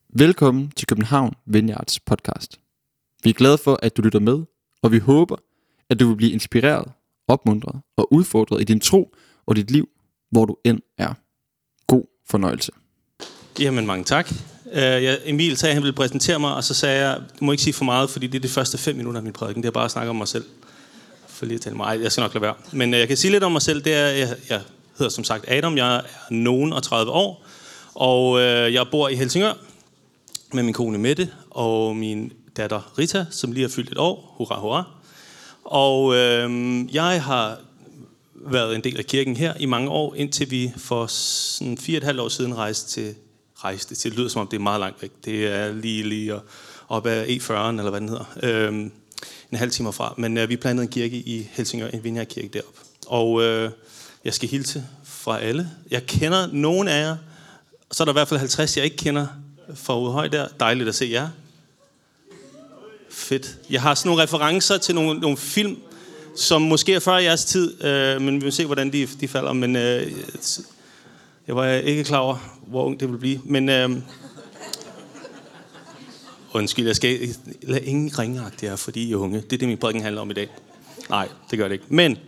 Velkommen til København Vineyards podcast. Vi er glade for, at du lytter med, og vi håber, at du vil blive inspireret, opmuntret og udfordret i din tro og dit liv, hvor du end er. God fornøjelse. Jamen mange tak. Emil sagde, at han ville præsentere mig, og så sagde jeg, du må ikke sige for meget, fordi det er de første 5 minutter af min prædiken. Det er bare at snakke om mig selv. For lige at tale mig. Ej, jeg skal nok lade være. Men jeg kan sige lidt om mig selv. Det er, jeg hedder som sagt Adam. Jeg er nogen og 30 år, og jeg bor i Helsingør med min kone Mette og min datter Rita, som lige har fyldt 1 år. Hurra, hurra. Og jeg har været en del af kirken her i mange år, indtil vi for sådan 4,5 år siden rejste til. Det lyder som om det er meget langt væk. Det er lige op ad E40'en, eller hvad den hedder. En halv time fra. Men vi plantede en kirke i Helsingør, en vineyardkirke deroppe. Og jeg skal hilse fra alle. Jeg kender nogen af jer. Så er der i hvert fald 50, jeg ikke kender fra Udhøj der. Dejligt at se jer. Fedt. Jeg har sådan nogle referencer til nogle film, som måske er før jeres tid, men vi vil se, hvordan de falder. Men jeg var ikke klar over, hvor ung det ville blive. Men undskyld, jeg skal lade ingen ringeagtige her, fordi I er unge. Det er det, min prædiken handler om i dag. Nej, det gør det ikke. Men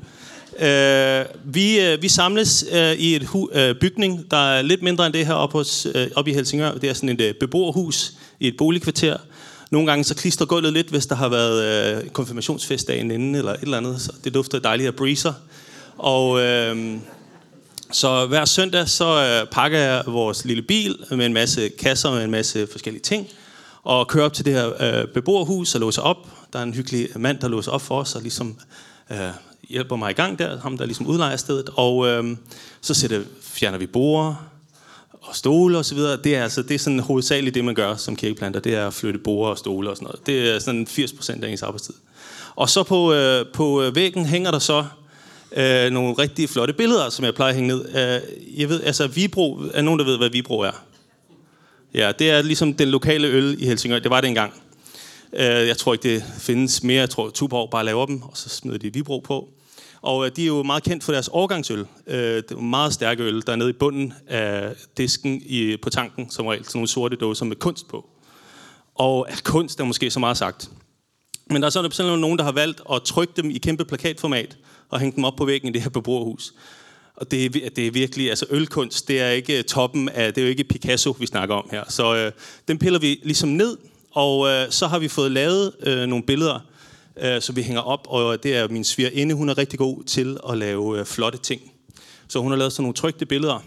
vi samles i et bygning, der er lidt mindre end det her oppe i Helsingør. Det er sådan et beboerhus i et boligkvarter. Nogle gange så klistrer gulvet lidt, hvis der har været konfirmationsfest dagen inden, eller et eller andet. Så det dufter dejligt af breezer. Og så hver søndag, så pakker jeg vores lille bil med en masse kasser med en masse forskellige ting, og kører op til det her beboerhus og låser op. Der er en hyggelig mand, der låser op for os, og ligesom hjælper mig i gang der, ham der ligesom udlejer stedet. Og så fjerner vi borde og stole og så videre. Det er sådan hovedsageligt det, man gør som kirkeplanter. Det er at flytte borde og stole og sådan noget. Det er sådan 80% af ens arbejdstid. Og så på væggen hænger der så nogle rigtig flotte billeder, som jeg plejer at hænge ned. Jeg ved, altså Vibro, er nogen, der ved, hvad Vibro er? Ja, det er ligesom den lokale øl i Helsingør. Det var det engang. Jeg tror ikke, det findes mere. Jeg tror, Tuborg bare laver dem, og så smider de Vibro på. Og de er jo meget kendt for deres årgangsøl. Det er meget stærke øl, der er nede i bunden af disken på tanken, som regel. Sådan nogle sorte dåser med kunst på. Og kunst er måske så meget sagt. Men der er sådan nogen, der har valgt at trykke dem i kæmpe plakatformat og hænge dem op på væggen i det her beboerhus. Og det er virkelig, altså ølkunst, det er ikke toppen af, det er jo ikke Picasso, vi snakker om her. Så den piller vi ligesom ned, og så har vi fået lavet nogle billeder, som vi hænger op, og det er min svigerinde, hun er rigtig god til at lave flotte ting. Så hun har lavet sådan nogle trykte billeder.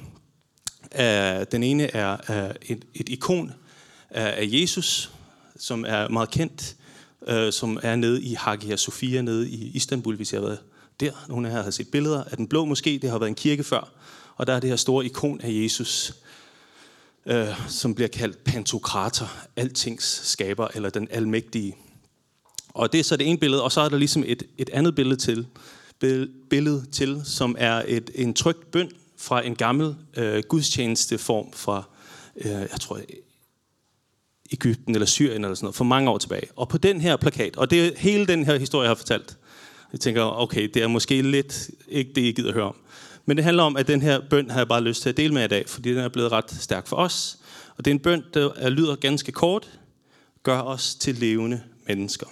Den ene er et ikon af Jesus, som er meget kendt, som er nede i Hagia Sophia, nede i Istanbul, hvis jeg har været der. Nogle af jer har set billeder af den blå moské, det har været en kirke før, og der er det her store ikon af Jesus, som bliver kaldt Pantokrator, altings skaber, eller den almægtige. Og det er så det ene billede, og så er der ligesom et andet billede til, som er en trykt bøn fra en gammel gudstjenesteform fra, jeg tror, Egypten eller Syrien eller sådan noget, for mange år tilbage. Og på den her plakat, og det er hele den her historie, jeg har fortalt, jeg tænker, okay, det er måske lidt ikke det, jeg gider at høre om. Men det handler om, at den her bøn har jeg bare lyst til at dele med i dag, fordi den er blevet ret stærk for os. Og det er en bøn, der lyder ganske kort, gør os til levende mennesker.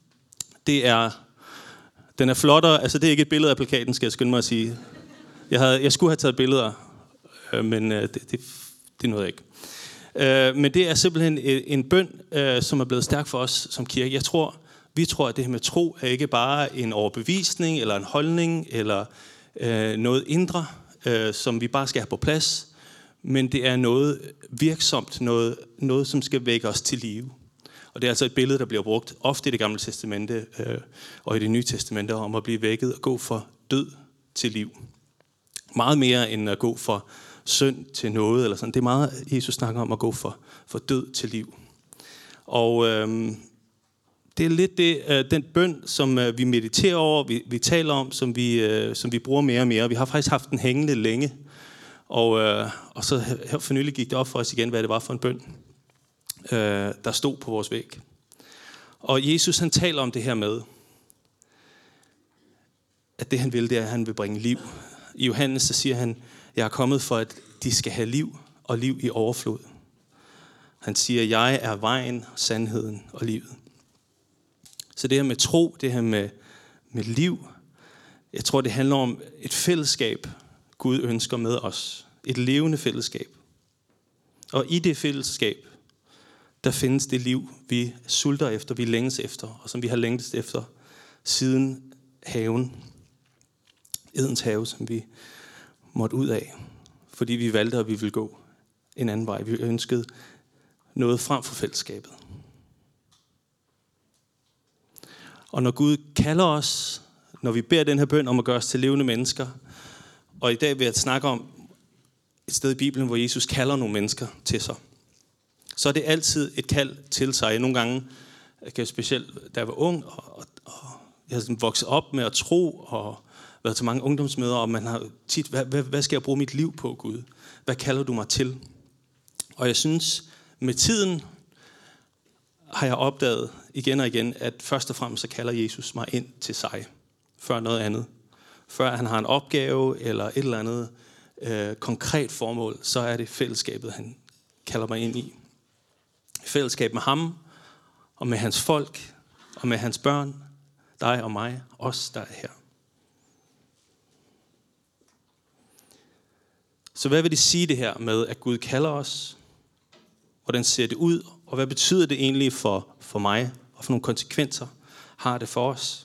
Den er flottere, altså det er ikke et billede af plakaten, skal jeg skynde mig at sige. Jeg skulle have taget billeder, men det nåede jeg ikke. Men det er simpelthen en bøn, som er blevet stærk for os som kirke. Vi tror, at det her med tro er ikke bare en overbevisning, eller en holdning, eller noget indre, som vi bare skal have på plads, men det er noget virksomt, noget som skal vække os til live. Og det er altså et billede, der bliver brugt ofte i Det Gamle Testamente og i Det Nye Testamente om at blive vækket og gå fra død til liv. Meget mere end at gå fra synd til noget eller sådan. Det er meget, Jesus snakker om at gå fra død til liv. Og det er lidt den bøn, som vi mediterer over, vi taler om, som vi bruger mere og mere. Vi har faktisk haft den hængende længe. Og så her for nylig gik det op for os igen, hvad det var for en bøn, der stod på vores væg. Og Jesus, han taler om det her med, at det han vil, det er, at han vil bringe liv. I Johannes, så siger han, jeg er kommet for, at de skal have liv, og liv i overflod. Han siger, jeg er vejen, sandheden og livet. Så det her med tro, det her med liv, jeg tror, det handler om et fællesskab, Gud ønsker med os. Et levende fællesskab. Og i det fællesskab, der findes det liv, vi sulter efter, vi længes efter, og som vi har længtes efter siden haven. Edens have, som vi måtte ud af, fordi vi valgte, at vi ville gå en anden vej. Vi ønskede noget frem for fællesskabet. Og når Gud kalder os, når vi beder den her bøn om at gøre os til levende mennesker, og i dag vil jeg snakke om et sted i Bibelen, hvor Jesus kalder nogle mennesker til sig, så er det altid et kald til sig. Nogle gange, specielt da jeg var ung, og jeg har vokset op med at tro, og været til mange ungdomsmøder, og man har tit, hvad skal jeg bruge mit liv på, Gud? Hvad kalder du mig til? Og jeg synes, med tiden har jeg opdaget igen og igen, at først og fremmest så kalder Jesus mig ind til sig, før noget andet. Før han har en opgave eller et eller andet konkret formål, så er det fællesskabet, han kalder mig ind i. Fællesskab med ham, og med hans folk, og med hans børn, dig og mig, os der er her. Så hvad vil det sige det her med, at Gud kalder os? Hvordan ser det ud? Og hvad betyder det egentlig for mig? Og for nogle konsekvenser har det for os?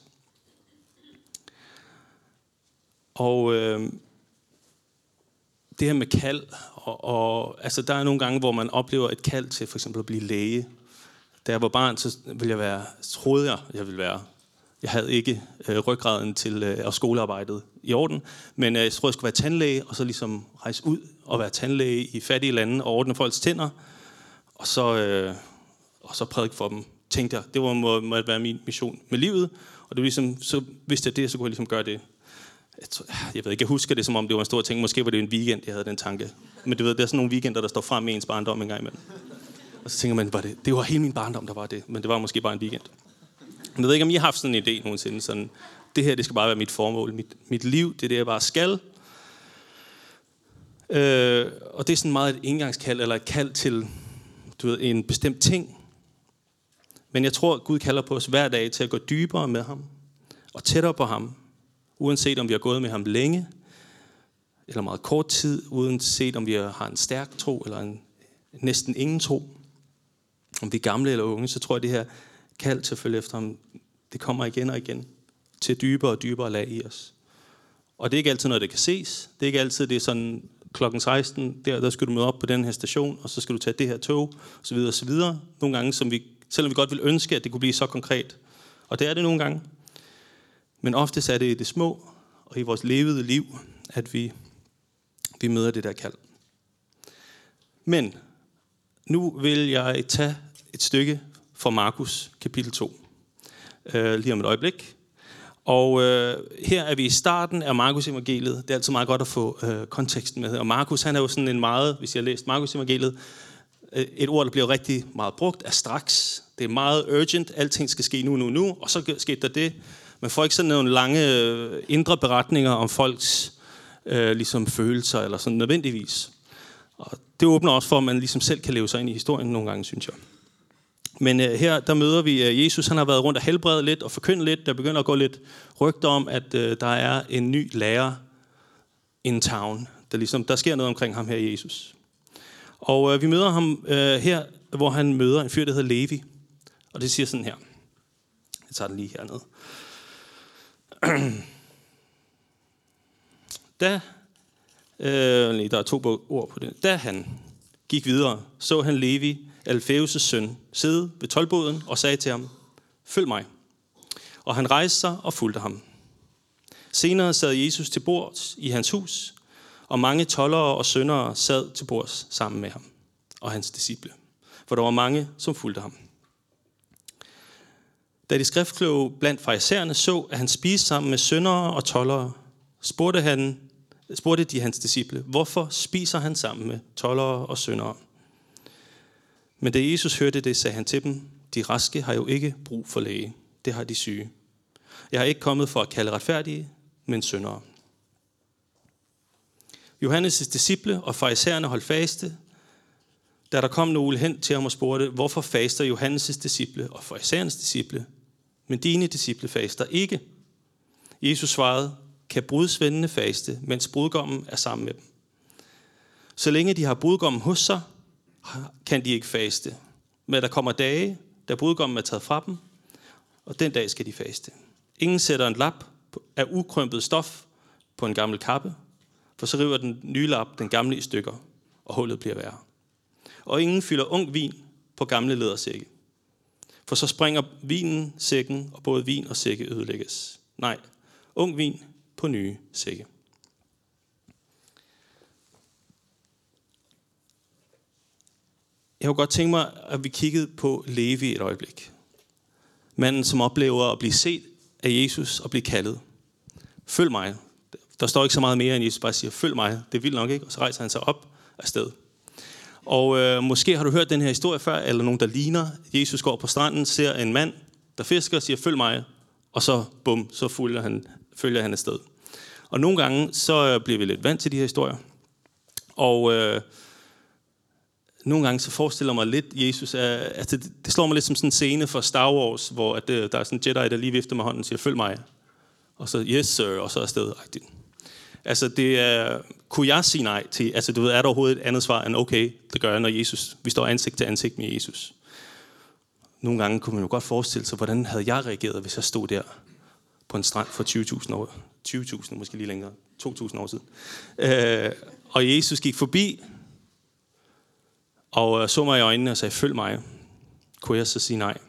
Og det her med kald, og altså der er nogle gange, hvor man oplever et kald til for eksempel at blive læge. Da jeg var barn, så troede jeg ville være. Jeg havde ikke ryggraden til skolearbejdet i orden, men jeg troede, jeg skulle være tandlæge, og så ligesom rejse ud og være tandlæge i fattige lande og ordne folks tænder, og så prædike for dem. Tænkte jeg, det måtte være min mission med livet, og det var ligesom, så vidste jeg det, så kunne jeg ligesom gøre det. Jeg ved ikke, jeg husker det, som om det var en stor ting. Måske var det en weekend, jeg havde den tanke. Men du ved, der er sådan nogle weekender, der står frem med ens barndom en gang imellem. Og så tænker man, det var hele min barndom, der var det. Men det var måske bare en weekend. Jeg ved ikke, om I har haft sådan en idé nogensinde. Sådan, det her, det skal bare være mit formål. Mit liv, det er det, jeg bare skal. Og det er sådan meget et engangskald, eller et kald til en bestemt ting. Men jeg tror, at Gud kalder på os hver dag til at gå dybere med ham. Og tættere på ham. Uanset om vi har gået med ham længe, eller meget kort tid, uanset om vi har en stærk tro, eller en næsten ingen tro. Om vi er gamle eller unge, så tror jeg, det her kald til at følge efter ham, det kommer igen og igen til dybere og dybere lag i os. Og det er ikke altid noget, det kan ses. Det er ikke altid, det er sådan klokken 16, der skal du møde op på den her station, og så skal du tage det her tog, osv. osv. Nogle gange, selvom vi godt vil ønske, at det kunne blive så konkret. Og det er det nogle gange. Men oftest er det i det små, og i vores levede liv, at vi møder det der kald. Men nu vil jeg tage et stykke fra Markus kapitel 2, lige om et øjeblik. Og her er vi i starten af Markus evangeliet. Det er altid meget godt at få konteksten med. Og Markus, han er jo sådan en meget, hvis jeg har læst Markus evangeliet, et ord, der bliver rigtig meget brugt, er straks. Det er meget urgent. Alting skal ske nu. Og så skete der det. Man får ikke sådan nogle lange indre beretninger om folks ligesom følelser eller sådan nødvendigvis. Og det åbner også for, at man ligesom selv kan leve sig ind i historien nogle gange, synes jeg. Men her, der møder vi Jesus. Han har været rundt og helbredet lidt og forkyndet lidt. Der begynder at gå lidt rygter om, at der er en ny lærer in town. Der sker noget omkring ham her, Jesus. Og vi møder ham her, hvor han møder en fyr, der hedder Levi. Og det siger sådan her. Jeg tager den lige hernede. Der er 2 ord på det. Da han gik videre, så han Levi, Alfæus' søn, sidde ved toldboden og sagde til ham, følg mig. Og han rejste sig og fulgte ham. Senere sad Jesus til bords i hans hus, og mange toldere og syndere sad til bords sammen med ham og hans disciple. For der var mange, som fulgte ham. Da de skriftkloge blandt farisæerne så, at han spiste sammen med syndere og toldere, spurgte de hans disciple, hvorfor spiser han sammen med toldere og syndere? Men da Jesus hørte det, sagde han til dem, de raske har jo ikke brug for læge, det har de syge. Jeg er ikke kommet for at kalde retfærdige, men syndere. Johannes' disciple og farisæerne holdt faste, da der kom nogle hen til ham og spurgte, hvorfor faster Johannes' disciple og farisæernes disciple, men dine disciple faster ikke? Jesus svarede, kan brudsvendene faste, mens brudgommen er sammen med dem? Så længe de har brudgommen hos sig, kan de ikke faste. Men der kommer dage, da brudgommen er taget fra dem, og den dag skal de faste. Ingen sætter en lap af ukrømpet stof på en gammel kappe, for så river den nye lap den gamle i stykker, og hullet bliver værre. Og ingen fylder ung vin på gamle lædersække, for så springer vinen sækken, og både vin og sække ødelægges. Nej, ung vin på nye sække. Jeg kunne godt tænke mig, at vi kiggede på Levi et øjeblik. Manden, som oplever at blive set af Jesus og blive kaldet. Følg mig. Der står ikke så meget mere, end Jesus bare siger, følg mig. Det er vildt nok, ikke? Og så rejser han sig op af sted. Og måske har du hørt den her historie før, eller nogen, der ligner. Jesus går på stranden, ser en mand, der fisker og siger, følg mig. Og så, bum, så følger han afsted. Og nogle gange, så bliver vi lidt vant til de her historier. Og nogle gange så forestiller mig lidt, Jesus altså det slår mig lidt som sådan en scene fra Star Wars, hvor der er sådan en Jedi, der lige vifter med hånden og siger, følg mig. Og så, yes sir, og så afsted. Altså det er, kunne jeg sige nej til, altså du ved, er der overhovedet et andet svar end okay, det gør jeg, når vi står ansigt til ansigt med Jesus. Nogle gange kunne man jo godt forestille sig, hvordan havde jeg reageret, hvis jeg stod der på en strand for 20.000 år, 20.000 måske lige længere, 2.000 år siden. Og Jesus gik forbi, og så mig i øjnene og sagde, følg mig. Kunne jeg så sige nej?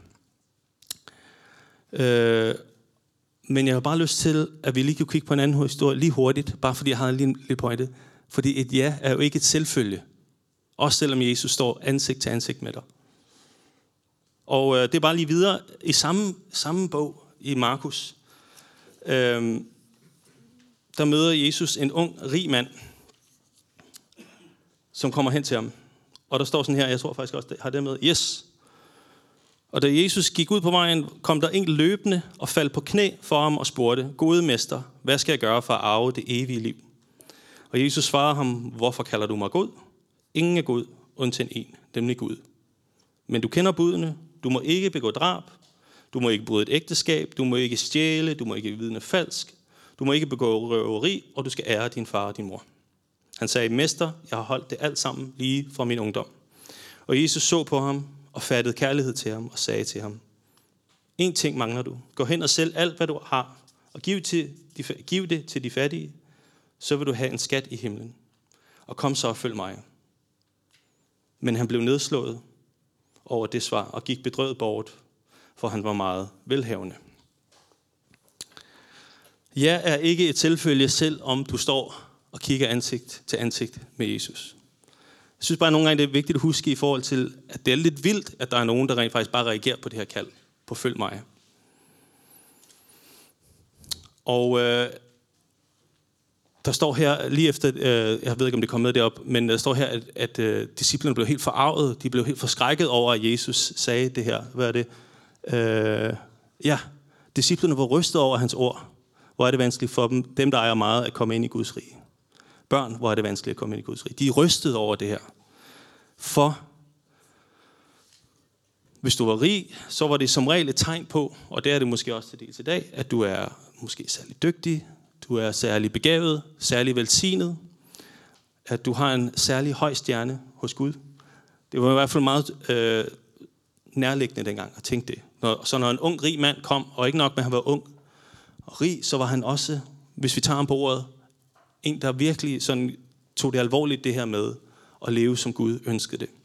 Men jeg har bare lyst til, at vi lige kan kigge på en anden historie lige hurtigt, bare fordi jeg har lige en lille pointe. Fordi et ja er jo ikke et selvfølge. Også selvom Jesus står ansigt til ansigt med dig. Og det er bare lige videre. I samme bog i Markus, der møder Jesus en ung, rig mand, som kommer hen til ham. Og der står sådan her, jeg tror faktisk også, det har det med, yes. Og da Jesus gik ud på vejen, kom der en løbende og faldt på knæ for ham og spurgte, gode mester, hvad skal jeg gøre for at arve det evige liv? Og Jesus svarede ham, hvorfor kalder du mig god? Ingen er god, undtagen en, nemlig Gud. Men du kender budene, du må ikke begå drab, du må ikke bryde et ægteskab, du må ikke stjæle, du må ikke vidne falsk, du må ikke begå røveri, og du skal ære din far og din mor. Han sagde, mester, jeg har holdt det alt sammen lige fra min ungdom. Og Jesus så på ham og fattede kærlighed til ham og sagde til ham, en ting mangler du. Gå hen og sælg alt, hvad du har, og giv det til de fattige, så vil du have en skat i himlen. Og kom så og følg mig. Men han blev nedslået over det svar og gik bedrøvet bort, for han var meget velhavende. Ja er ikke et tilfælde selv, om du står og kigger ansigt til ansigt med Jesus. Jeg synes bare, at nogle gange det er vigtigt at huske i forhold til, at det er lidt vildt, at der er nogen, der rent faktisk bare reagerer på det her kald, på følg mig. Og der står her, lige efter, jeg ved ikke, om det kom med derop, men der står her, at disciplerne blev helt forarvet, de blev helt forskrækket over, at Jesus sagde det her. Hvad er det? Disciplerne var rystet over hans ord. Hvor er det vanskeligt for dem der ejer meget, at komme ind i Guds rige. Børn, hvor er det vanskeligt at komme ind i Guds rige. De er rystet over det her. For hvis du var rig, så var det som regel et tegn på, og det er det måske også til dels i dag, at du er måske særlig dygtig, du er særlig begavet, særlig velsignet, at du har en særlig høj stjerne hos Gud. Det var i hvert fald meget nærliggende dengang at tænke det. Så når en ung, rig mand kom, og ikke nok med, at han var ung og rig, så var han også, hvis vi tager ham på ordet, en, der virkelig sådan tog det alvorligt, det her med at leve, som Gud ønskede det.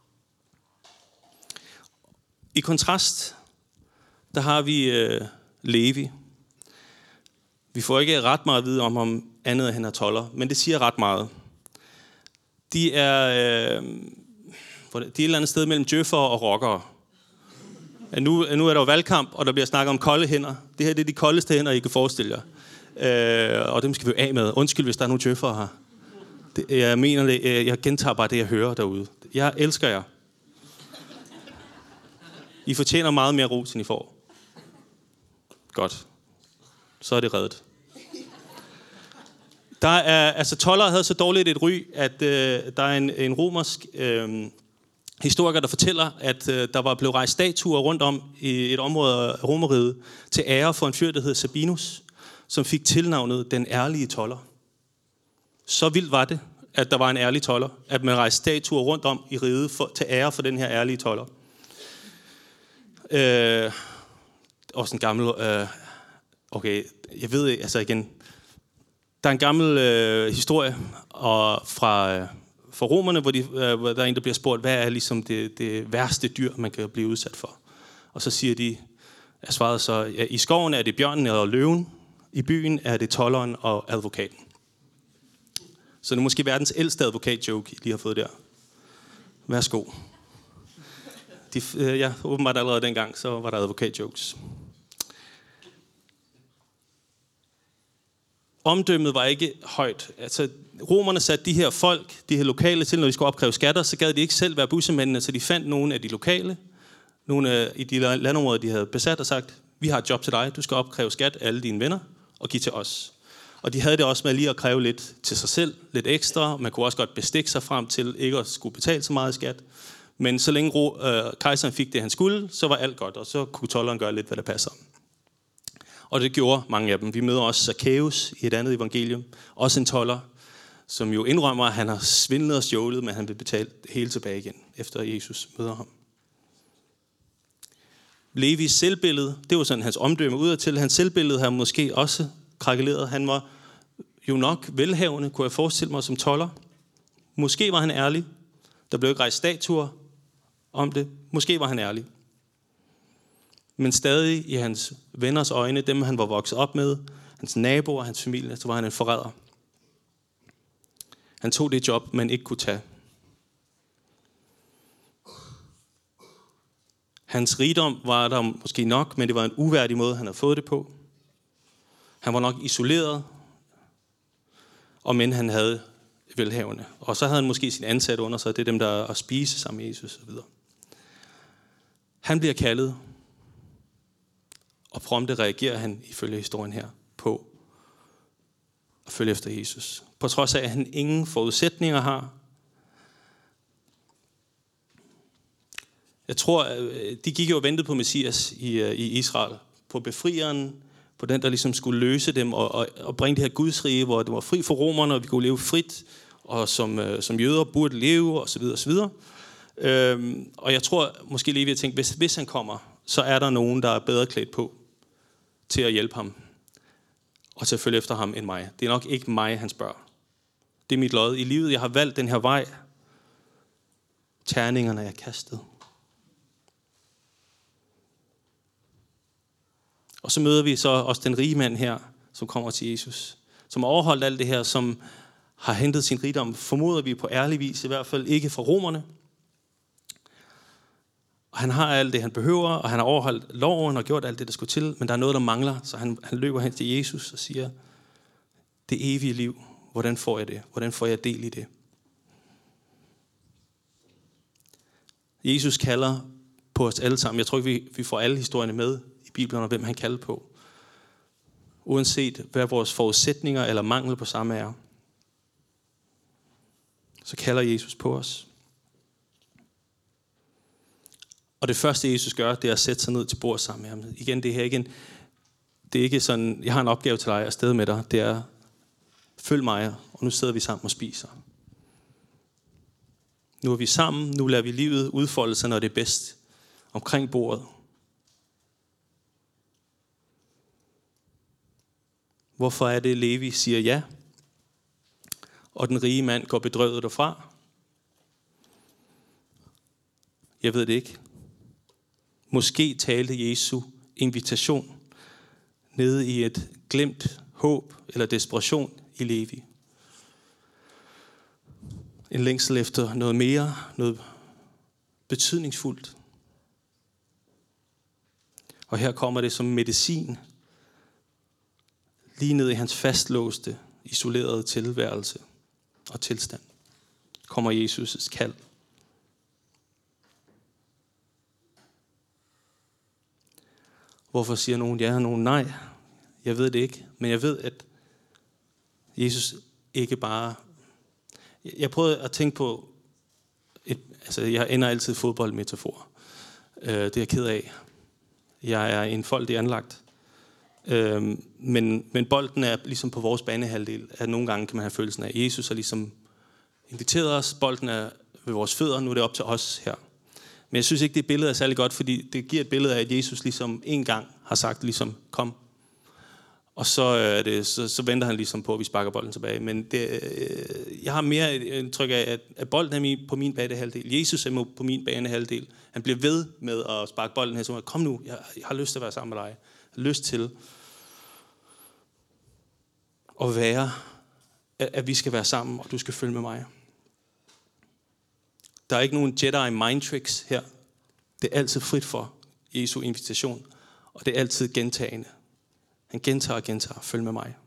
I kontrast, der har vi Levi. Vi får ikke ret meget at vide om ham, andet end han er toller, men det siger ret meget. De er et eller andet sted mellem djøffere og rockere. Nu er der jo valgkamp, og der bliver snakket om kolde hænder. Det her det er de koldeste hænder, I kan forestille jer. Og dem skal vi af med. Undskyld, hvis der er nogle djøffere her. Jeg mener det, jeg gentager bare det, jeg hører derude. Jeg elsker jer. I fortjener meget mere ros, end I får. Godt. Så er det reddet. Der er, altså toldere havde så dårligt et ry, at der er en romersk historikere, der fortæller, at der var blevet rejst statuer rundt om i et område af Romerriget til ære for en fyr, der hed Sabinus, som fik tilnavnet den ærlige tolder. Så vildt var det, at der var en ærlig tolder, at man rejste statuer rundt om i riget til ære for den her ærlige tolder. Også en gammel... okay, jeg ved ikke, altså igen... Der er en gammel historie fra romerne, hvor der er en, der bliver spurgt, hvad er ligesom det værste dyr, man kan blive udsat for. Og så siger de, jeg svarede så, ja, i skoven er det bjørnen og løven, i byen er det tolderen og advokaten. Så det er måske verdens ældste advokat-joke, I lige har fået der. Værsgo. Ja, åbenbart allerede dengang, så var der advokat-jokes. Omdømmet var ikke højt. Altså, romerne satte de her folk, de her lokale til, når de skulle opkræve skatter, så gad de ikke selv være bussemændene, så de fandt nogle af de lokale, nogle i de landområder, de havde besat og sagt, vi har et job til dig, du skal opkræve skat af alle dine venner og give til os. Og de havde det også med lige at kræve lidt til sig selv, lidt ekstra. Man kunne også godt bestikke sig frem til ikke at skulle betale så meget skat. Men så længe kejseren fik det, han skulle, så var alt godt, og så kunne tolderen gøre lidt, hvad der passer. Og det gjorde mange af dem. Vi møder også Zacchaeus i et andet evangelium. Også en tolder, som jo indrømmer, at han har svindlet og stjålet, men han vil betale hele tilbage igen, efter Jesus møder ham. Levis selvbillede, det var sådan hans omdømme udadtil. Hans selvbillede har måske også krakeleret. Han var jo nok velhavende, kunne jeg forestille mig, som tolder. Måske var han ærlig. Der blev ikke rejst statuer om det. Måske var han ærlig. Men stadig i hans venners øjne, dem han var vokset op med, hans naboer, hans familie, så var han en forræder. Han tog det job, man ikke kunne tage. Hans rigdom var der måske nok, men det var en uværdig måde, han havde fået det på. Han var nok isoleret, og men han havde velhavende. Og så havde han måske sin ansatte under sig, det er dem, der er at spise sammen med Jesus osv. Han bliver kaldet, og prompte reagerer han, ifølge historien her, på at følge efter Jesus. På trods af, at han ingen forudsætninger har. Jeg tror, de gik jo og ventede på Messias i Israel. På befrieren, på den, der ligesom skulle løse dem og bringe det her Gudsrige, hvor det var fri for romerne, og vi kunne leve frit, og som jøder burde leve, osv. osv. Og jeg tror måske lige ved at tænke, hvis han kommer, så er der nogen, der er bedre klædt på til at hjælpe ham, og til at følge efter ham end mig. Det er nok ikke mig, han spørger. Det er mit lod i livet. Jeg har valgt den her vej. Terningerne er kastet. Og så møder vi så også den rige mand her, som kommer til Jesus, som har overholdt alt det her, som har hentet sin rigdom, formoder vi på ærlig vis, i hvert fald ikke fra romerne. Og han har alt det, han behøver, og han har overholdt loven og gjort alt det, der skulle til, men der er noget, der mangler, så han løber hen til Jesus og siger, det evige liv, hvordan får jeg det? Hvordan får jeg del i det? Jesus kalder på os alle sammen. Jeg tror ikke, vi får alle historierne med i Bibelen, og hvem han kalder på. Uanset hvad vores forudsætninger eller mangel på samme er, så kalder Jesus på os. Og det første, Jesus gør, det er at sætte sig ned til bord sammen med ham. Igen, det er ikke sådan, jeg har en opgave til dig og afsted med dig. Det er, følg mig, og nu sidder vi sammen og spiser. Nu er vi sammen, nu lader vi livet udfolde sig, når det er bedst, omkring bordet. Hvorfor er det, Levi siger ja, og den rige mand går bedrøvet derfra? Jeg ved det ikke. Måske talte Jesu invitation nede i et glemt håb eller desperation i Levi. En længsel efter noget mere, noget betydningsfuldt. Og her kommer det som medicin, lige ned i hans fastlåste, isolerede tilværelse og tilstand, kommer Jesus' kald. Hvorfor siger nogen ja og nogen nej? Jeg ved det ikke, men jeg ved, at Jesus ikke bare... Jeg prøvede at tænke på Altså, jeg ender altid fodboldmetafor. Det er jeg ked af. Jeg er enfoldig anlagt. Men bolden er ligesom på vores banehalvdel. At nogle gange kan man have følelsen af, at Jesus har ligesom inviteret os. Bolden er ved vores fødder. Nu er det op til os her. Men jeg synes ikke, det billede er særlig godt, fordi det giver et billede af, at Jesus ligesom en gang har sagt, ligesom, kom. Og så venter han ligesom på, at vi sparker bolden tilbage. Men jeg har mere et indtryk af, at bolden er på min banehalvdel. Jesus er på min banehalvdel. Han bliver ved med at sparke bolden her. Så kom nu, jeg har lyst til at være sammen med dig. Jeg har lyst til at være, at vi skal være sammen, og du skal følge med mig. Der er ikke nogen Jedi mind tricks her. Det er altid frit for Jesu invitation, og det er altid gentagende. Han gentager og gentager, følg med mig.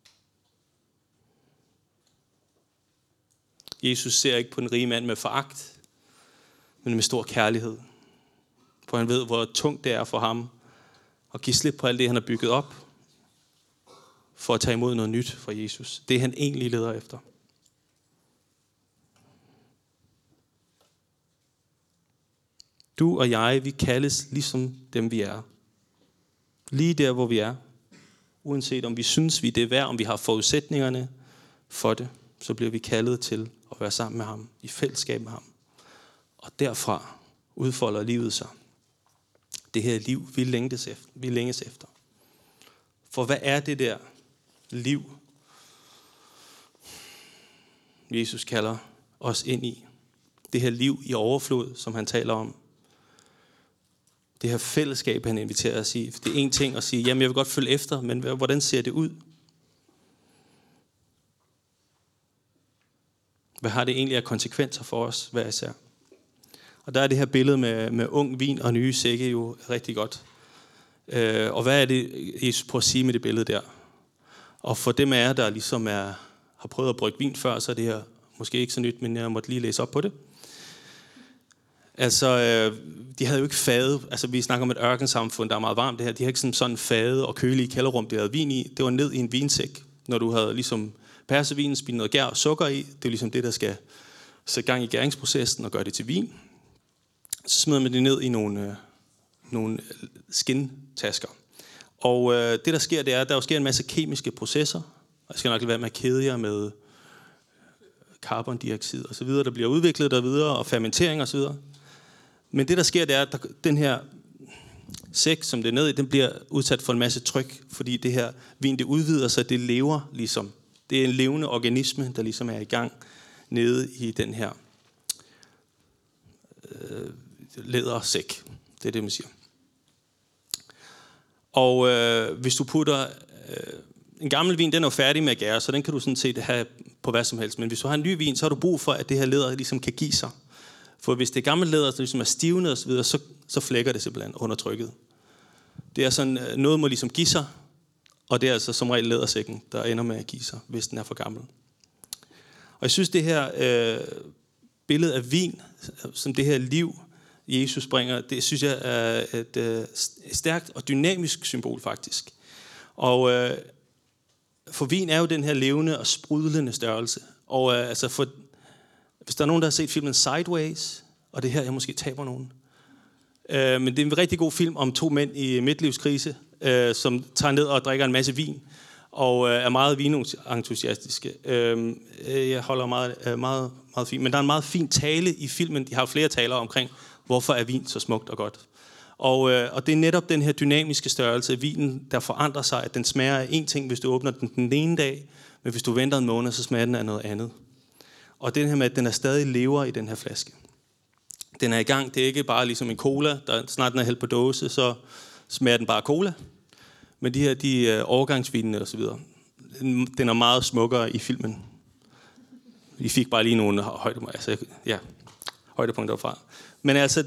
Jesus ser ikke på den rige mand med foragt, men med stor kærlighed. For han ved, hvor tungt det er for ham at give slip på alt det, han har bygget op, for at tage imod noget nyt fra Jesus. Det han egentlig leder efter. Du og jeg, vi kaldes ligesom dem, vi er. Lige der, hvor vi er. Uanset om vi synes, vi er det værd, om vi har forudsætningerne for det, så bliver vi kaldet til at være sammen med ham, i fællesskab med ham. Og derfra udfolder livet sig. Det her liv, vi længes efter. For hvad er det der liv, Jesus kalder os ind i? Det her liv i overflod, som han taler om. Det her fællesskab, han inviterer os i. Det er en ting at sige, jamen jeg vil godt følge efter, men hvordan ser det ud? Hvad har det egentlig af konsekvenser for os, hver især? Og der er det her billede med ung vin og nye sække jo rigtig godt. Og hvad er det, Jesus prøver at sige med det billede der? Og for dem af jer, der ligesom har prøvet at brygge vin før, så er det her måske ikke så nyt, men jeg måtte lige læse op på det. Altså, de havde jo ikke fade. Altså, vi snakker om et ørkensamfund, der er meget varmt det her. De havde ikke sådan fade og kølige kælderrum, de havde vin i. Det var ned i en vinsæk. Når du havde ligesom persevinen, spillet noget gær og sukker i, det er ligesom det, der skal sætte gang i gæringsprocessen og gøre det til vin. Så smider man det ned i nogle skintasker. Og det, der sker, det er, at der sker en masse kemiske processer. Og det skal nok lade være med kedjer med carbondioxid og så videre, der bliver udviklet der videre, og fermentering og så videre. Men det, der sker, det er, at den her sæk, som det er ned i, den bliver udsat for en masse tryk, fordi det her vin, det udvider sig, det lever ligesom. Det er en levende organisme, der ligesom er i gang nede i den her lædersæk. Det er det, man siger. Og hvis du putter en gammel vin, den er jo færdig med at gære, så den kan du sådan set have på hvad som helst. Men hvis du har en ny vin, så har du brug for, at det her læder ligesom kan give sig. For hvis det er gammelt læder, så ligesom er stivnet og så videre, så flækker det simpelthen under trykket. Det er sådan, noget må ligesom give sig, og det er altså som regel lædersækken, der ender med at give sig, hvis den er for gammel. Og jeg synes, det her billede af vin, som det her liv, Jesus bringer, det synes jeg er et stærkt og dynamisk symbol faktisk. Og for vin er jo den her levende og sprudlende størrelse. Og altså hvis der er nogen, der har set filmen Sideways, og det her, jeg måske taber nogen. Men det er en rigtig god film om to mænd i midtlivskrise, som tager ned og drikker en masse vin, og er meget vinentusiastiske. Jeg holder meget, meget, meget fint. Men der er en meget fin tale i filmen. De har flere taler omkring, hvorfor er vin så smukt og godt. Og det er netop den her dynamiske størrelse af vinen, der forandrer sig, at den smager af en ting, hvis du åbner den ene dag, men hvis du venter en måned, så smager den af noget andet. Og den her med, at den er stadig lever i den her flaske. Den er i gang. Det er ikke bare ligesom en cola, der snart den er hældt på dåse, så smager den bare cola. Men de årgangsvinene og så videre, den er meget smukkere i filmen. Vi fik bare lige nogle højdepunkter fra. Men altså,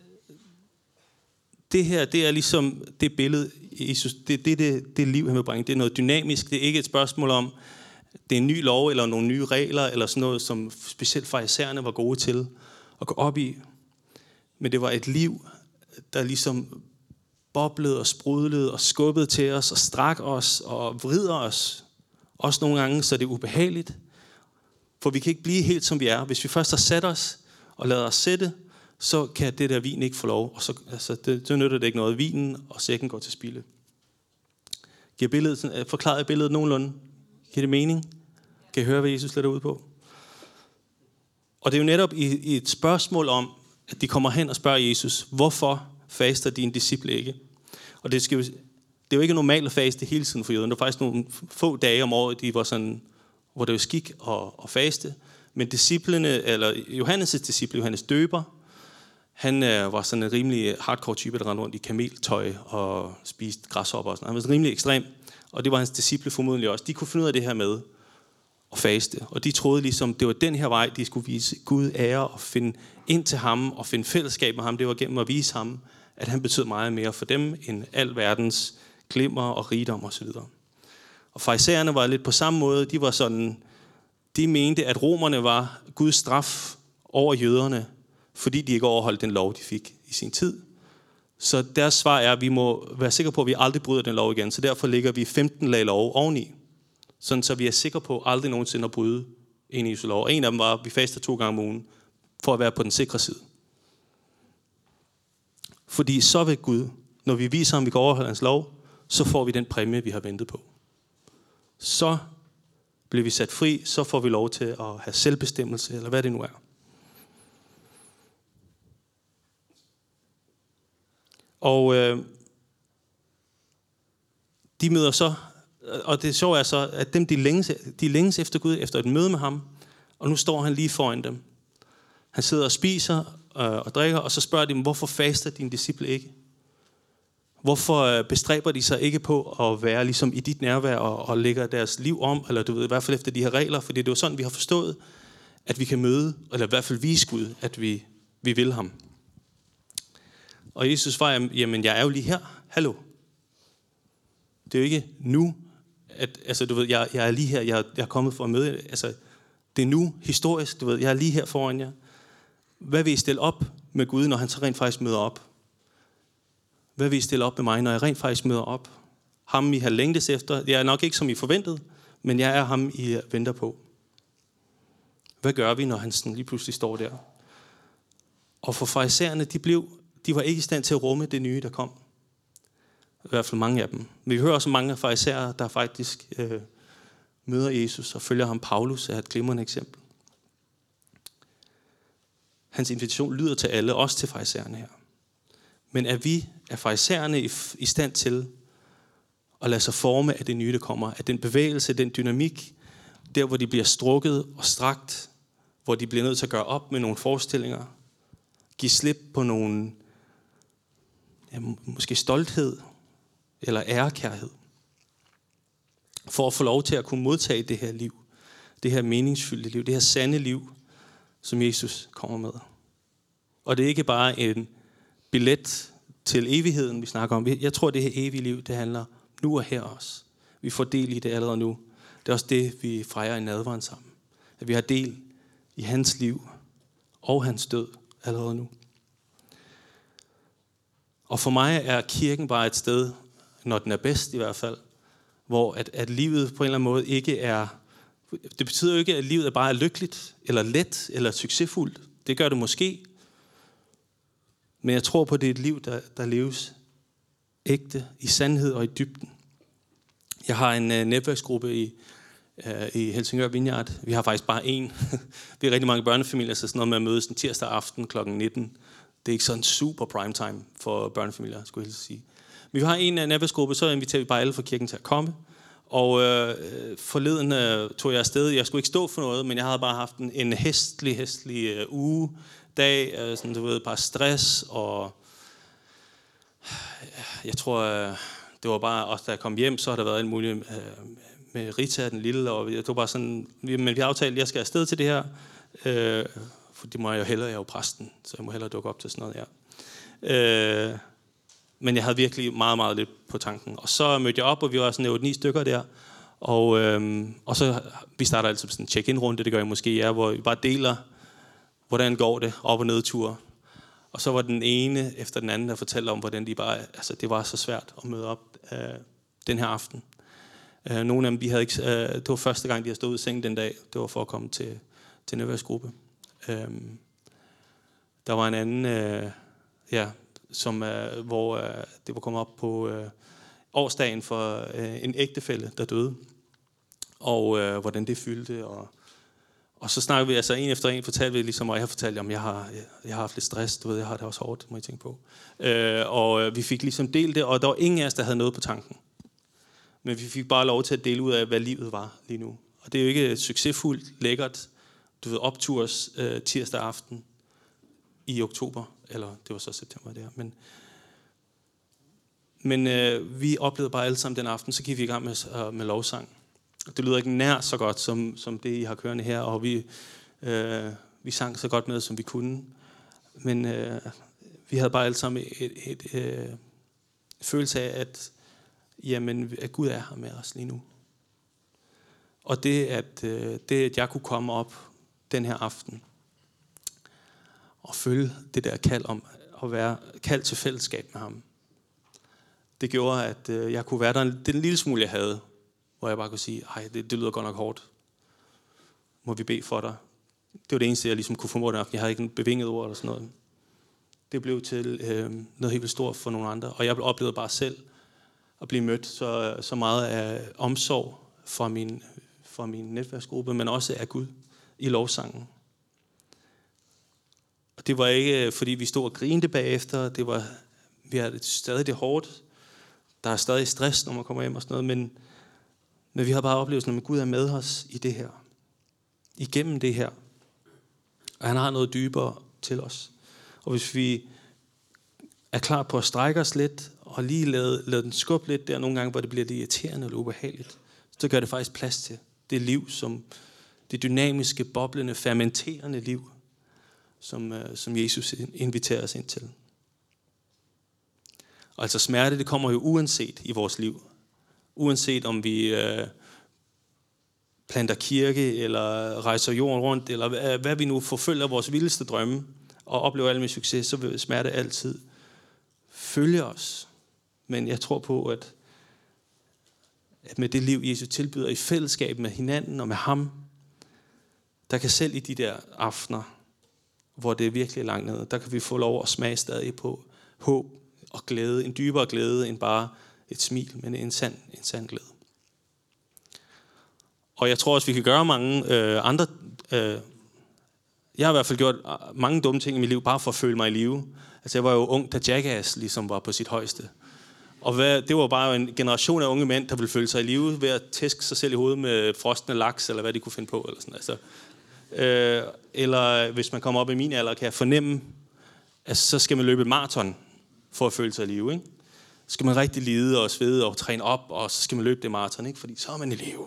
det her, det er ligesom det billede, Jesus, det liv, han vil bringe. Det er noget dynamisk. Det er ikke et spørgsmål om, det er en ny lov eller nogle nye regler, eller sådan noget, som specielt farisæerne var gode til at gå op i. Men det var et liv, der ligesom boblede og sprudlede og skubbede til os og strak os og vrider os. Også nogle gange, så det er ubehageligt. For vi kan ikke blive helt, som vi er. Hvis vi først har sat os og lader os sætte, så kan det der vin ikke få lov, og så det nytter det ikke noget. Vinen og sækken går til spilde. Forklarer jeg billedet nogenlunde? Giver det mening? Kan I høre, hvad Jesus lægger ud på? Og det er jo netop i et spørgsmål om, at de kommer hen og spørger Jesus, hvorfor faster dine disciple ikke? Og det er jo ikke normalt at faste hele tiden for jøderne. Det var faktisk nogle få dage om året, de var sådan, hvor det var skik at faste. Men disciplene, eller Johannes' disciple, Johannes Døber, han var sådan en rimelig hardcore type, der rendte rundt i kameltøj og spiste græshopper og sådan. Han var sådan rimelig ekstrem, og det var hans disciple formodentlig også. De kunne finde ud af det her med at faste, og de troede ligesom, det var den her vej, de skulle vise Gud ære og finde ind til ham og finde fællesskab med ham. Det var gennem at vise ham, at han betød meget mere for dem end al verdens glimmer og rigdom osv. Og farisæerne var lidt på samme måde. De var sådan, de mente, at romerne var Guds straf over jøderne, fordi de ikke overholdt den lov, de fik i sin tid. Så deres svar er, at vi må være sikre på, at vi aldrig bryder den lov igen. Så derfor lægger vi 15 lag lov oveni. Sådan så vi er sikre på aldrig nogensinde at bryde en Jesu lov. En af dem var, at vi faster 2 gange om ugen, for at være på den sikre side. Fordi så vil Gud, når vi viser ham, at vi kan overholde hans lov, så får vi den præmie, vi har ventet på. Så bliver vi sat fri, så får vi lov til at have selvbestemmelse, eller hvad det nu er. Og de møder så, og det sjove er så, at dem, de længes efter Gud, efter et møde med ham, og nu står han lige foran dem. Han sidder og spiser og drikker, og så spørger de dem, hvorfor faster dine disciple ikke? Hvorfor bestræber de sig ikke på at være ligesom i dit nærvær og lægger deres liv om, eller du ved, i hvert fald efter de her regler, fordi det er jo sådan, vi har forstået, at vi kan møde, eller i hvert fald vise Gud, at vi vil ham. Og Jesus svarer, jamen jeg er jo lige her, hallo. Det er jo ikke nu, altså du ved, jeg er lige her, jeg er kommet for at møde, altså det er nu, historisk, du ved, jeg er lige her foran jer. Hvad vil I stille op med Gud, når han så rent faktisk møder op? Hvad vil I stille op med mig, når jeg rent faktisk møder op? Ham I har længtes efter, jeg er nok ikke som I forventede, men jeg er ham I venter på. Hvad gør vi, når han sådan lige pludselig står der? Og for farisæerne, de var ikke i stand til at rumme det nye, der kom. I hvert fald mange af dem. Men vi hører også mange af farisæer, der faktisk møder Jesus og følger ham. Paulus er et glimrende eksempel. Hans invitation lyder til alle, også til farisæerne her. Men er farisæerne i stand til at lade sig forme af det nye, der kommer? Af den bevægelse, den dynamik, der hvor de bliver strukket og strakt, hvor de bliver nødt til at gøre op med nogle forestillinger, give slip på nogle, måske stolthed eller ærekærhed, for at få lov til at kunne modtage det her liv, det her meningsfyldte liv, det her sande liv, som Jesus kommer med. Og det er ikke bare en billet til evigheden, vi snakker om. Jeg tror, det her evige liv, det handler nu og her også. Vi får del i det allerede nu. Det er også det, vi fejrer i nadveren sammen. At vi har del i hans liv og hans død allerede nu. Og for mig er kirken bare et sted, når den er bedst i hvert fald, hvor at livet på en eller anden måde ikke er. Det betyder jo ikke, at livet bare er lykkeligt, eller let, eller succesfuldt. Det gør det måske. Men jeg tror på, at det er et liv, der leves ægte, i sandhed og i dybden. Jeg har en netværksgruppe i Helsingør Vineyard. Vi har faktisk bare én. Vi er rigtig mange børnefamilier, så sådan noget med at mødes en tirsdag aften kl. 19. Det er ikke sådan super prime time for børnefamilier, skulle jeg sige. Men vi har en netværksgruppe, så inviterer vi bare alle fra kirken til at komme. Og forleden tog jeg afsted. Jeg skulle ikke stå for noget, men jeg havde bare haft en hestlig uge, dag, sådan, du ved, bare stress, og jeg tror, det var bare også, da jeg kom hjem, så har der været alt muligt med Rita, den lille, og det var bare sådan, men vi aftalte, at jeg skal afsted til det her, for det må jeg jo hellere, jeg er jo præsten, så jeg må hellere dukke op til sådan noget her. Men jeg havde virkelig meget, meget lidt på tanken. Og så mødte jeg op, og vi var sådan 8-9 stykker der. Og så, vi starter altid sådan en check-in-runde, det gør jeg måske, ja, hvor vi bare deler, hvordan går det, op- og nedture. Og så var den ene efter den anden, der fortalte om, hvordan de bare, altså det var så svært at møde op den her aften. Nogle af dem, de havde ikke, det var første gang, de havde stået ud i sengen den dag, det var for at komme til netværksgruppe. Der var en anden, hvor det var kommet op på årsdagen for en ægtefælle, der døde. Og hvordan det fyldte. Og så snakkede vi, altså en efter en fortalte vi ligesom, og jeg fortalte om, jeg har haft lidt stress, du ved, jeg har det også hårdt, må I tænke på. Og vi fik ligesom delt det, og der var ingen af os, der havde noget på tanken. Men vi fik bare lov til at dele ud af, hvad livet var lige nu. Og det er jo ikke succesfuldt, lækkert, du ved, opturs tirsdag aften i oktober, eller det var så september der. Men vi oplevede bare alle sammen den aften, så gik vi i gang med lovsang. Det lyder ikke nær så godt, som det, I har kørende her, og vi sang så godt med, som vi kunne. Men vi havde bare alle sammen et følelse af, at Gud er her med os lige nu. Og det, at jeg kunne komme op den her aften og følge det der kald om at være kaldt til fællesskab med ham, det gjorde, at jeg kunne være der den lille smule, jeg havde, hvor jeg bare kunne sige, det lyder godt nok hårdt. Må vi bede for dig? Det var det eneste, jeg ligesom kunne formå den aften. Jeg havde ikke en bevinget ord eller sådan noget. Det blev til noget helt vildt stort for nogle andre. Og jeg oplevede bare selv at blive mødt så meget af omsorg fra min netværksgruppe, men også af Gud i lovsangen. Og det var ikke, fordi vi stod og grinte bagefter. Vi havde stadig det hårdt. Der er stadig stress, når man kommer hjem og sådan noget, men vi har bare oplevelsen, at Gud er med os i det her. Igennem det her. Og han har noget dybere til os. Og hvis vi er klar på at strække os lidt, og lige lade den skubbe lidt der nogle gange, hvor det bliver lidt irriterende eller ubehageligt, så gør det faktisk plads til det liv, som det dynamiske, boblende, fermenterende liv, som Jesus inviterer os ind til. Og altså smerte, det kommer jo uanset i vores liv. Uanset om vi planter kirke, eller rejser jorden rundt, eller hvad vi nu forfølger vores vildeste drømme, og oplever alt med succes, så vil smerte altid følge os. Men jeg tror på, at med det liv, Jesus tilbyder i fællesskab med hinanden og med ham, der kan selv i de der aftener, hvor det er virkelig langt nede, der kan vi få lov at smage stadig på håb og glæde, en dybere glæde end bare et smil, men en sand glæde. Og jeg tror også, vi kan gøre mange andre. Jeg har i hvert fald gjort mange dumme ting i mit liv, bare for at føle mig i live. Altså jeg var jo ung, da Jackass ligesom var på sit højeste. Og det var bare en generation af unge mænd, der ville føle sig i live ved at tæske sig selv i hovedet med frosne laks, eller hvad de kunne finde på. Eller sådan. Altså, eller hvis man kommer op i min alder, kan jeg fornemme, at så skal man løbe et maraton for at føle sig i live. Ikke? Så skal man rigtig lide og svede og træne op, og så skal man løbe det maraton, ikke? Fordi så er man i live.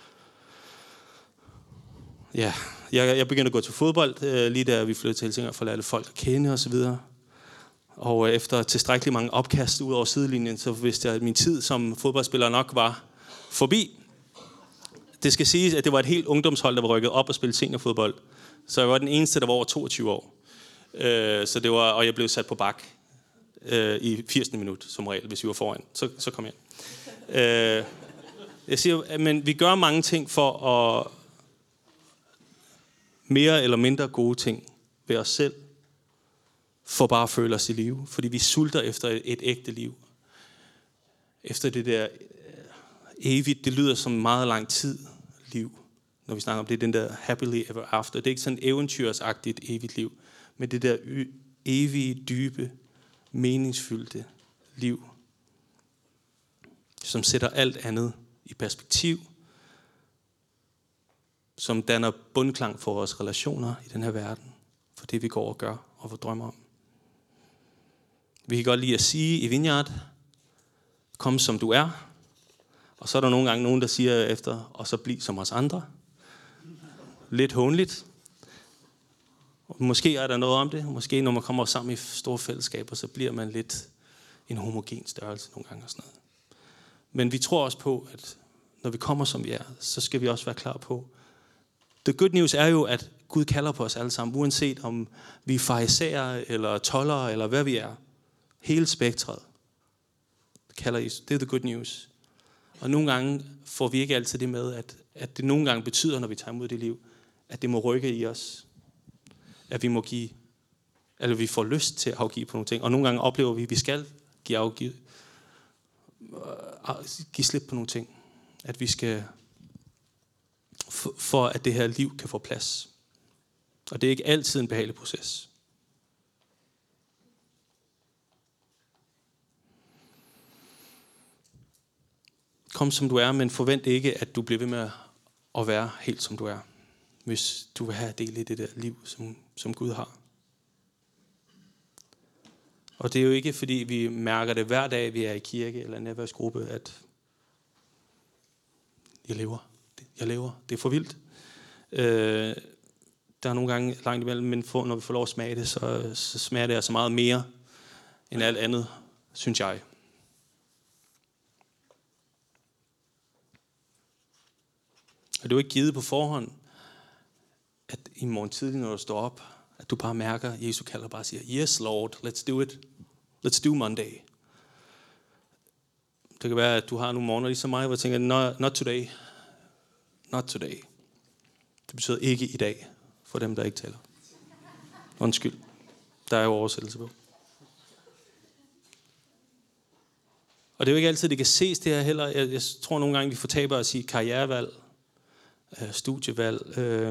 Ja, jeg begyndte at gå til fodbold, lige da vi flyttede til Helsingør, for at lære folk at kende og så videre. Og efter tilstrækkeligt mange opkast ud over sidelinjen, så vidste jeg, at min tid som fodboldspiller nok var forbi. Det skal siges, at det var et helt ungdomshold, der var rykket op og spille seniorfodbold. Så jeg var den eneste, der var over 22 år. Så det var, og jeg blev sat på bak i 80. minut, som regel, hvis vi var foran. Så kom jeg. Jeg siger, men vi gør mange ting for at mere eller mindre gode ting ved os selv, for bare at føle os i live. Fordi vi sulter efter et ægte liv. Efter det der evigt, det lyder som meget lang tid liv, når vi snakker om det, den der happily ever after. Det er ikke sådan et eventyrsagtigt evigt liv, men det der evige, dybe, meningsfyldte liv, som sætter alt andet i perspektiv, som danner bundklang for vores relationer i den her verden, for det vi går og gør og drømmer om. Vi kan godt lide at sige i Vineyard, kom som du er, og så er der nogle gange nogen, der siger efter, og så bliv som os andre. Lidt hånligt. Måske er der noget om det. Måske når man kommer sammen i store fællesskaber, så bliver man lidt en homogen størrelse nogle gange og sådan noget. Men vi tror også på, at når vi kommer som vi er, så skal vi også være klar på. The good news er jo, at Gud kalder på os alle sammen, uanset om vi er farisæere eller toldere eller hvad vi er. Hele spektret kalder Jesus. Det er the good news. Og nogle gange får vi ikke altid det med, at det nogle gange betyder, når vi tager imod det liv, at det må rykke i os. At vi må give Eller vi får lyst til at afgive på nogle ting. Og nogle gange oplever vi, at vi skal give slip på nogle ting. At vi skal, for at det her liv kan få plads. Og det er ikke altid en behagelig proces. Kom som du er, men forvent ikke, at du bliver ved med at være helt som du er. Hvis du vil have del i det der liv, som Gud har. Og det er jo ikke, fordi vi mærker det hver dag, vi er i kirke eller en nærværsgruppe, at jeg lever. Det er for vildt. Der er nogle gange langt imellem, men når vi får lov at smage det, så smager det altså meget mere end alt andet, synes jeg. Og det er jo ikke givet på forhånd, at i morgen tidlig, når du står op, at du bare mærker, at Jesus kalder bare og siger, yes Lord, let's do it. Let's do Monday. Det kan være, at du har nogle morgener ligesom mig, hvor jeg tænker, not today. Not today. Det betyder ikke i dag, for dem, der ikke taler. Undskyld. Der er jo oversættelse på. Og det er jo ikke altid, det kan ses det her heller. Jeg tror nogle gange, vi fortaber at sige karrierevalg, studievalg,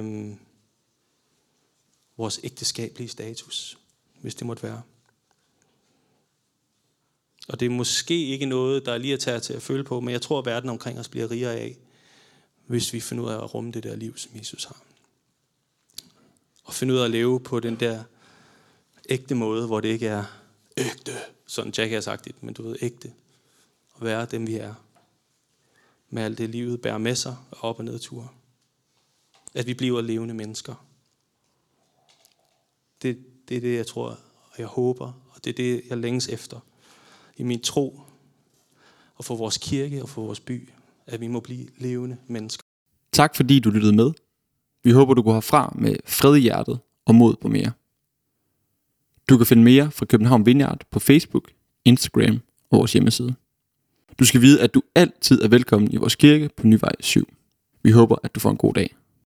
vores ægteskabelige status, hvis det måtte være. Og det er måske ikke noget, der er lige at tage til at føle på, men jeg tror, at verden omkring os bliver rigere af, hvis vi finder ud af at rumme det der liv, som Jesus har. Og finde ud af at leve på den der ægte måde, hvor det ikke er ægte, sådan Jack har sagt det, men du ved, ægte. At være dem, vi er. Med alt det, livet bærer med sig, og op- og nedture. At vi bliver levende mennesker. Det er det, jeg tror, og jeg håber, og det er det, jeg længes efter. I min tro, og for vores kirke og for vores by, at vi må blive levende mennesker. Tak fordi du lyttede med. Vi håber, du går herfra med fred i hjertet og mod på mere. Du kan finde mere fra København Vineyard på Facebook, Instagram og vores hjemmeside. Du skal vide, at du altid er velkommen i vores kirke på Nyvej 7. Vi håber, at du får en god dag.